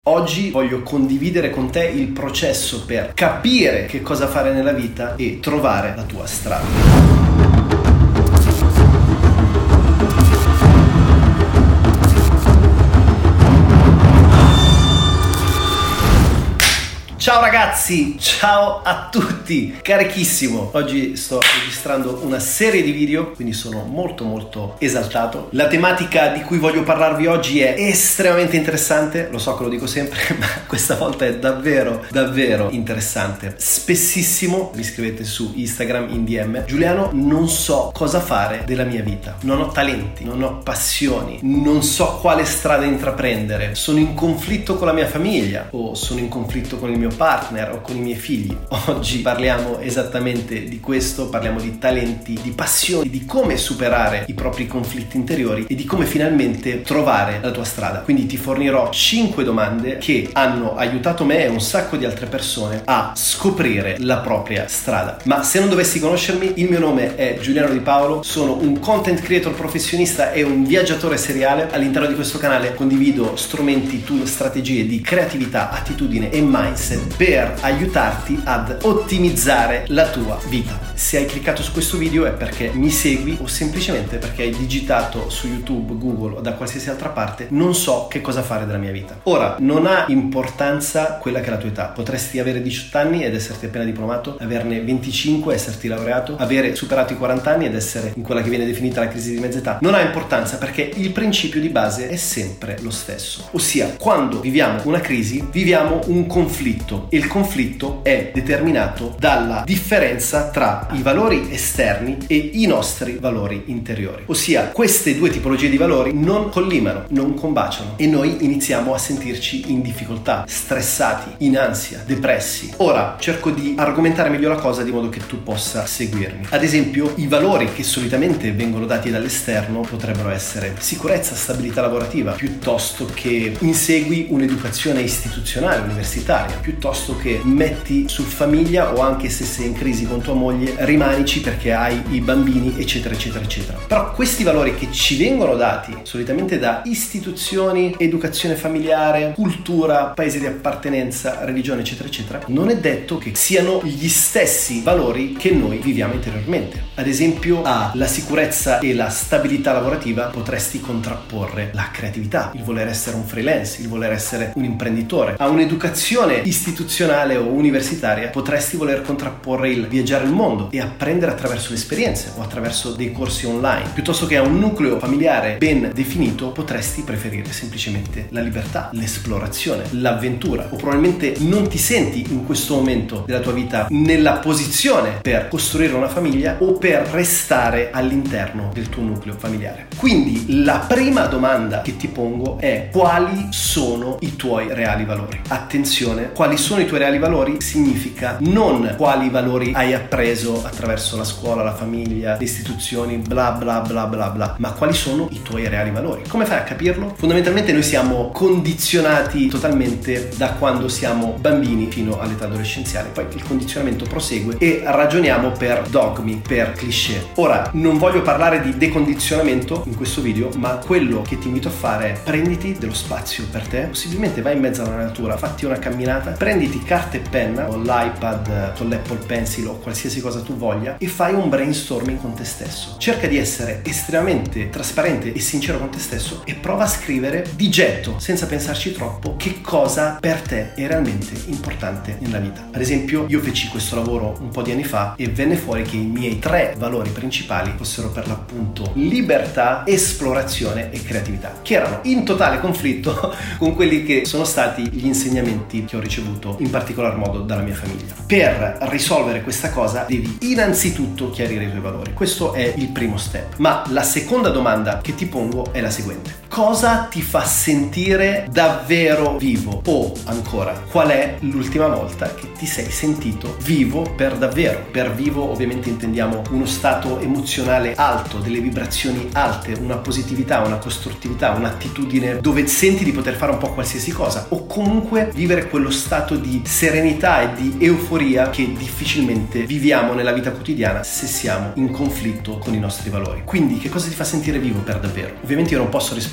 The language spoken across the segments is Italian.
Oggi voglio condividere con te il processo per capire che cosa fare nella vita e trovare la tua strada. Ciao ragazzi, ciao a tutti, carichissimo. Oggi sto registrando una serie di video, quindi sono molto esaltato. La tematica di cui voglio parlarvi oggi è estremamente interessante, lo so che lo dico sempre, ma questa volta è davvero interessante. Spessissimo mi scrivete su Instagram in DM: Giuliano, non so cosa fare della mia vita, non ho talenti, non ho passioni, non so quale strada intraprendere, sono in conflitto con la mia famiglia o sono in conflitto con il mio partner o con i miei figli. Oggi parliamo esattamente di questo, parliamo di talenti, di passioni, di come superare i propri conflitti interiori e di come finalmente trovare la tua strada. Quindi ti fornirò 5 domande che hanno aiutato me e un sacco di altre persone a scoprire la propria strada. Ma se non dovessi conoscermi, il mio nome è Giuliano Di Paolo, sono un content creator professionista e un viaggiatore seriale. All'interno di questo canale condivido strumenti, tool, strategie di creatività, attitudine e mindset per aiutarti ad ottimizzare la tua vita. Se hai cliccato su questo video è perché mi segui o semplicemente perché hai digitato su YouTube, Google o da qualsiasi altra parte non so che cosa fare della mia vita. Ora, non ha importanza quella che è la tua età. Potresti avere 18 anni ed esserti appena diplomato, averne 25 e esserti laureato, avere superato i 40 anni ed essere in quella che viene definita la crisi di mezza età. Non ha importanza perché il principio di base è sempre lo stesso. Ossia, quando viviamo una crisi, viviamo un conflitto. E il conflitto è determinato dalla differenza tra i valori esterni e i nostri valori interiori. Ossia, queste due tipologie di valori non collimano, non combaciano e noi iniziamo a sentirci in difficoltà, stressati, in ansia, depressi. Ora cerco di argomentare meglio la cosa di modo che tu possa seguirmi. Ad esempio, i valori che solitamente vengono dati dall'esterno potrebbero essere sicurezza, stabilità lavorativa, piuttosto che insegui un'educazione istituzionale, universitaria, piuttosto che metti su famiglia o anche se sei in crisi con tua moglie rimanici perché hai i bambini, eccetera. Però questi valori che ci vengono dati solitamente da istituzioni, educazione familiare, cultura, paese di appartenenza, religione, eccetera, non è detto che siano gli stessi valori che noi viviamo interiormente. Ad esempio, alla sicurezza e la stabilità lavorativa potresti contrapporre la creatività, il voler essere un freelance, il voler essere un imprenditore. A un'educazione istituzionale o universitaria potresti voler contrapporre il viaggiare il mondo e apprendere attraverso le esperienze o attraverso dei corsi online. Piuttosto che a un nucleo familiare ben definito potresti preferire semplicemente la libertà, l'esplorazione, l'avventura, o probabilmente non ti senti in questo momento della tua vita nella posizione per costruire una famiglia o per restare all'interno del tuo nucleo familiare. Quindi la prima domanda che ti pongo è: quali sono i tuoi reali valori? Attenzione, quali sono i tuoi reali valori significa non quali valori hai appreso attraverso la scuola, la famiglia, le istituzioni, bla bla, ma quali sono i tuoi reali valori. Come fai a capirlo? Fondamentalmente noi siamo condizionati totalmente da quando siamo bambini fino all'età adolescenziale, poi il condizionamento prosegue e ragioniamo per dogmi, per cliché. Ora, non voglio parlare di decondizionamento in questo video, ma quello che ti invito a fare è: prenditi dello spazio per te, possibilmente vai in mezzo alla natura, fatti una camminata, prenditi carta e penna o l'iPad con l'Apple Pencil o qualsiasi cosa tu voglia e fai un brainstorming con te stesso. Cerca di essere estremamente trasparente e sincero con te stesso e prova a scrivere di getto, senza pensarci troppo, che cosa per te è realmente importante nella vita. Ad esempio, io feci questo lavoro un po' di anni fa e venne fuori che i miei 3 valori principali fossero per l'appunto libertà, esplorazione e creatività, che erano in totale conflitto con quelli che sono stati gli insegnamenti che ho ricevuto in particolar modo dalla mia famiglia. Per risolvere questa cosa devi innanzitutto chiarire i tuoi valori. Questo è il primo step. Ma la seconda domanda che ti pongo è la seguente: cosa ti fa sentire davvero vivo? O ancora, qual è l'ultima volta che ti sei sentito vivo per davvero? Per vivo ovviamente intendiamo uno stato emozionale alto, delle vibrazioni alte, una positività, una costruttività, un'attitudine dove senti di poter fare un po' qualsiasi cosa, o comunque vivere quello stato di serenità e di euforia che difficilmente viviamo nella vita quotidiana se siamo in conflitto con i nostri valori. Quindi che cosa ti fa sentire vivo per davvero? Ovviamente io non posso rispondere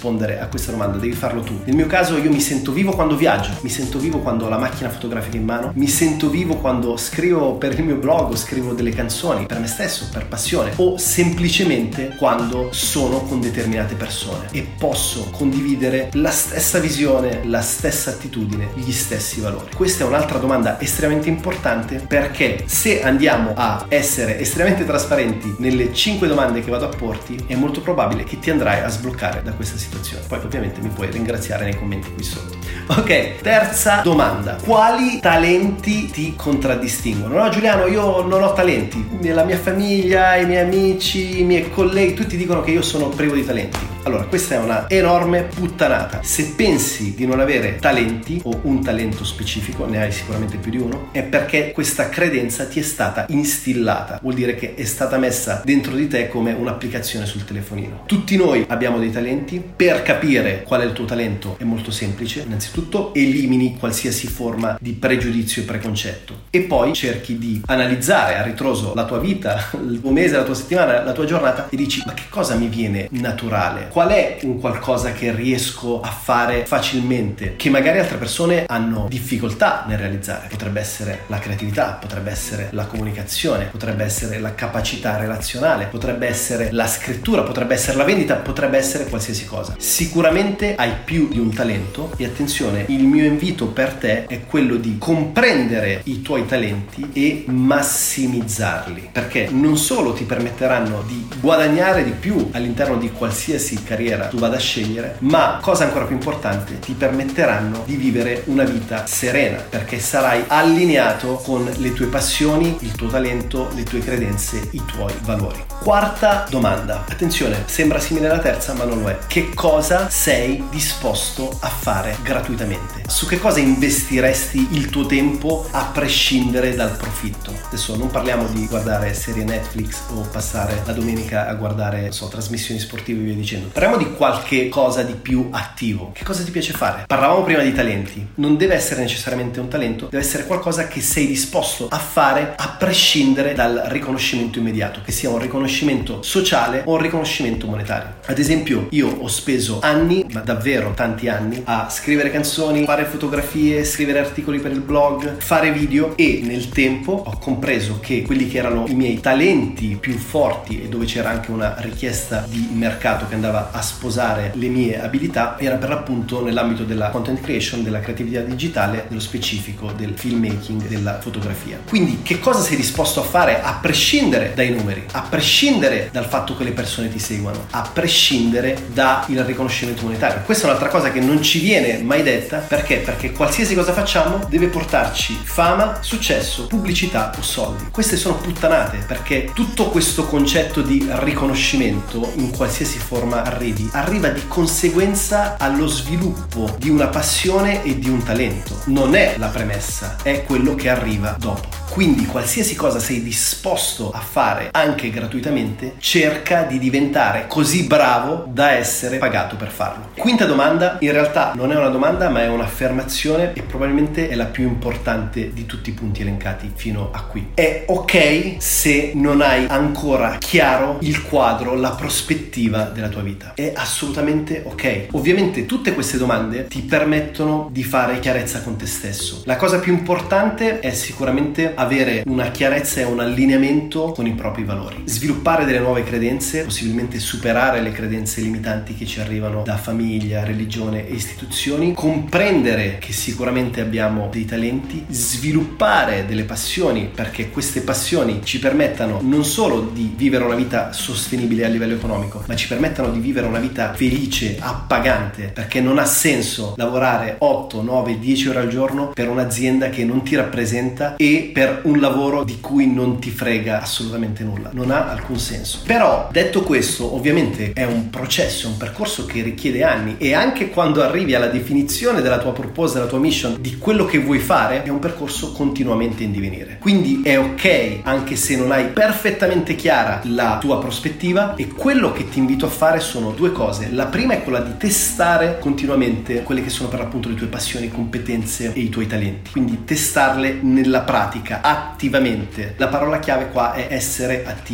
rispondere a questa domanda, devi farlo tu. Nel mio caso io mi sento vivo quando viaggio, mi sento vivo quando ho la macchina fotografica in mano, mi sento vivo quando scrivo per il mio blog, scrivo delle canzoni per me stesso, per passione, o semplicemente quando sono con determinate persone e posso condividere la stessa visione, la stessa attitudine, gli stessi valori. Questa è un'altra domanda estremamente importante, perché se andiamo a essere estremamente trasparenti nelle 5 domande che vado a porti, è molto probabile che ti andrai a sbloccare da questa situazione. Poi ovviamente mi puoi ringraziare nei commenti qui sotto. Ok, terza domanda: quali talenti ti contraddistinguono? No, Giuliano, io non ho talenti. La mia famiglia, i miei amici, i miei colleghi, tutti dicono che io sono privo di talenti. Allora, questa è una enorme puttanata. Se pensi di non avere talenti o un talento specifico, ne hai sicuramente più di uno, è perché questa credenza ti è stata instillata. Vuol dire che è stata messa dentro di te come un'applicazione sul telefonino. Tutti noi abbiamo dei talenti. Per capire qual è il tuo talento è molto semplice. Innanzitutto elimini qualsiasi forma di pregiudizio e preconcetto e poi cerchi di analizzare a ritroso la tua vita, il tuo mese, la tua settimana, la tua giornata e dici: ma che cosa mi viene naturale? Qual è un qualcosa che riesco a fare facilmente, che magari altre persone hanno difficoltà nel realizzare? Potrebbe essere la creatività, potrebbe essere la comunicazione, potrebbe essere la capacità relazionale, potrebbe essere la scrittura, potrebbe essere la vendita, potrebbe essere qualsiasi cosa. Sicuramente hai più di un talento e attenzione, il mio invito per te è quello di comprendere i tuoi talenti e massimizzarli, perché non solo ti permetteranno di guadagnare di più all'interno di qualsiasi carriera tu vada a scegliere, ma cosa ancora più importante, ti permetteranno di vivere una vita serena, perché sarai allineato con le tue passioni, il tuo talento, le tue credenze, i tuoi valori. Quarta domanda, attenzione, sembra simile alla terza ma non lo è: che cosa sei disposto a fare gratuitamente? Su che cosa investiresti il tuo tempo a prescindere dal profitto? Adesso non parliamo di guardare serie Netflix o passare la domenica a guardare, trasmissioni sportive e via dicendo. Parliamo di qualche cosa di più attivo. Che cosa ti piace fare? Parlavamo prima di talenti. Non deve essere necessariamente un talento, deve essere qualcosa che sei disposto a fare a prescindere dal riconoscimento immediato, che sia un riconoscimento sociale o un riconoscimento monetario. Ad esempio, io ho speso anni, ma davvero tanti anni, a scrivere canzoni, fare fotografie, scrivere articoli per il blog, fare video, e nel tempo ho compreso che quelli che erano i miei talenti più forti e dove c'era anche una richiesta di mercato che andava a sposare le mie abilità era per l'appunto nell'ambito della content creation, della creatività digitale, nello specifico del filmmaking, della fotografia. Quindi che cosa sei disposto a fare a prescindere dai numeri, a prescindere dal fatto che le persone ti seguano, a prescindere dal riconoscimento monetario? Questa è un'altra cosa che non ci viene mai detta. Perché? Perché qualsiasi cosa facciamo deve portarci fama, successo, pubblicità o soldi. Queste sono puttanate, perché tutto questo concetto di riconoscimento, in qualsiasi forma arriva di conseguenza allo sviluppo di una passione e di un talento. Non è la premessa, è quello che arriva dopo. Quindi qualsiasi cosa sei disposto a fare anche gratuitamente, cerca di diventare così bravo da essere pagato per farlo. Quinta domanda, in realtà non è una domanda ma è un'affermazione e probabilmente è la più importante di tutti i punti elencati fino a qui. È ok se non hai ancora chiaro il quadro, la prospettiva della tua vita. È assolutamente ok. Ovviamente tutte queste domande ti permettono di fare chiarezza con te stesso. La cosa più importante è sicuramente avere una chiarezza e un allineamento con i propri valori, sviluppare delle nuove credenze, possibilmente superare le credenze limitanti che ci arrivano da famiglia, religione e istituzioni, comprendere che sicuramente abbiamo dei talenti, sviluppare delle passioni perché queste passioni ci permettano non solo di vivere una vita sostenibile a livello economico, ma ci permettano di vivere una vita felice, appagante, perché non ha senso lavorare 8, 9, 10 ore al giorno per un'azienda che non ti rappresenta e per un lavoro di cui non ti frega assolutamente nulla. Non ha alcun senso. Però, detto questo, ovviamente è un processo, un percorso che richiede anni, e anche quando arrivi alla definizione della tua purpose, della tua mission, di quello che vuoi fare, è un percorso continuamente in divenire. Quindi è ok anche se non hai perfettamente chiara la tua prospettiva, e quello che ti invito a fare sono due cose. La prima è quella di testare continuamente quelle che sono per l'appunto le tue passioni, competenze e i tuoi talenti, quindi testarle nella pratica attivamente. La parola chiave qua è essere attivi.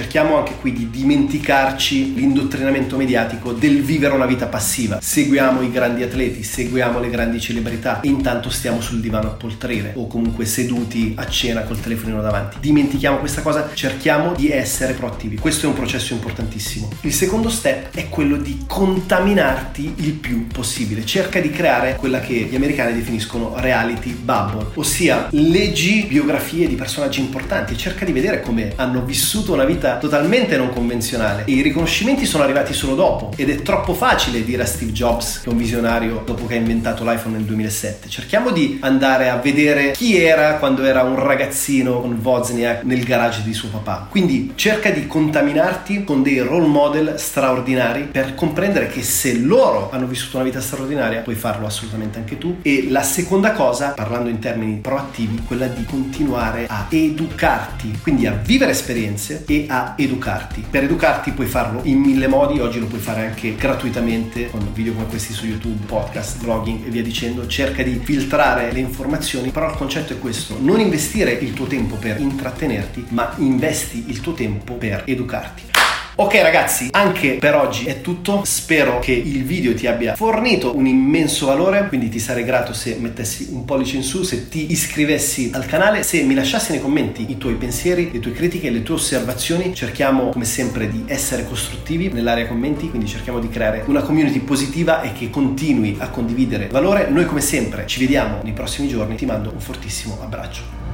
cerchiamo anche qui di dimenticarci l'indottrinamento mediatico del vivere una vita passiva. Seguiamo i grandi atleti, seguiamo le grandi celebrità e intanto stiamo sul divano a poltrire o comunque seduti a cena col telefonino davanti. Dimentichiamo questa cosa, cerchiamo di essere proattivi. Questo è un processo importantissimo. Il secondo step è quello di contaminarti il più possibile. Cerca di creare quella che gli americani definiscono reality bubble, ossia leggi biografie di personaggi importanti e cerca di vedere come hanno vissuto una vita totalmente non convenzionale. E i riconoscimenti sono arrivati solo dopo ed è troppo facile dire a Steve Jobs che è un visionario dopo che ha inventato l'iPhone nel 2007. Cerchiamo di andare a vedere chi era quando era un ragazzino con Wozniak nel garage di suo papà. Quindi cerca di contaminarti con dei role model straordinari per comprendere che se loro hanno vissuto una vita straordinaria puoi farlo assolutamente anche tu. E la seconda cosa, parlando in termini proattivi, quella di continuare a educarti, quindi a vivere esperienze e a educarti. Per educarti puoi farlo in 1000 modi, oggi lo puoi fare anche gratuitamente con video come questi su YouTube, podcast, blogging e via dicendo. Cerca di filtrare le informazioni, però il concetto è questo: non investire il tuo tempo per intrattenerti, ma investi il tuo tempo per educarti. Ok ragazzi, anche per oggi è tutto. Spero che il video ti abbia fornito un immenso valore, quindi ti sarei grato se mettessi un pollice in su, se ti iscrivessi al canale, se mi lasciassi nei commenti i tuoi pensieri, le tue critiche, le tue osservazioni. Cerchiamo come sempre di essere costruttivi nell'area commenti, quindi cerchiamo di creare una community positiva e che continui a condividere valore. Noi come sempre ci vediamo nei prossimi giorni, ti mando un fortissimo abbraccio.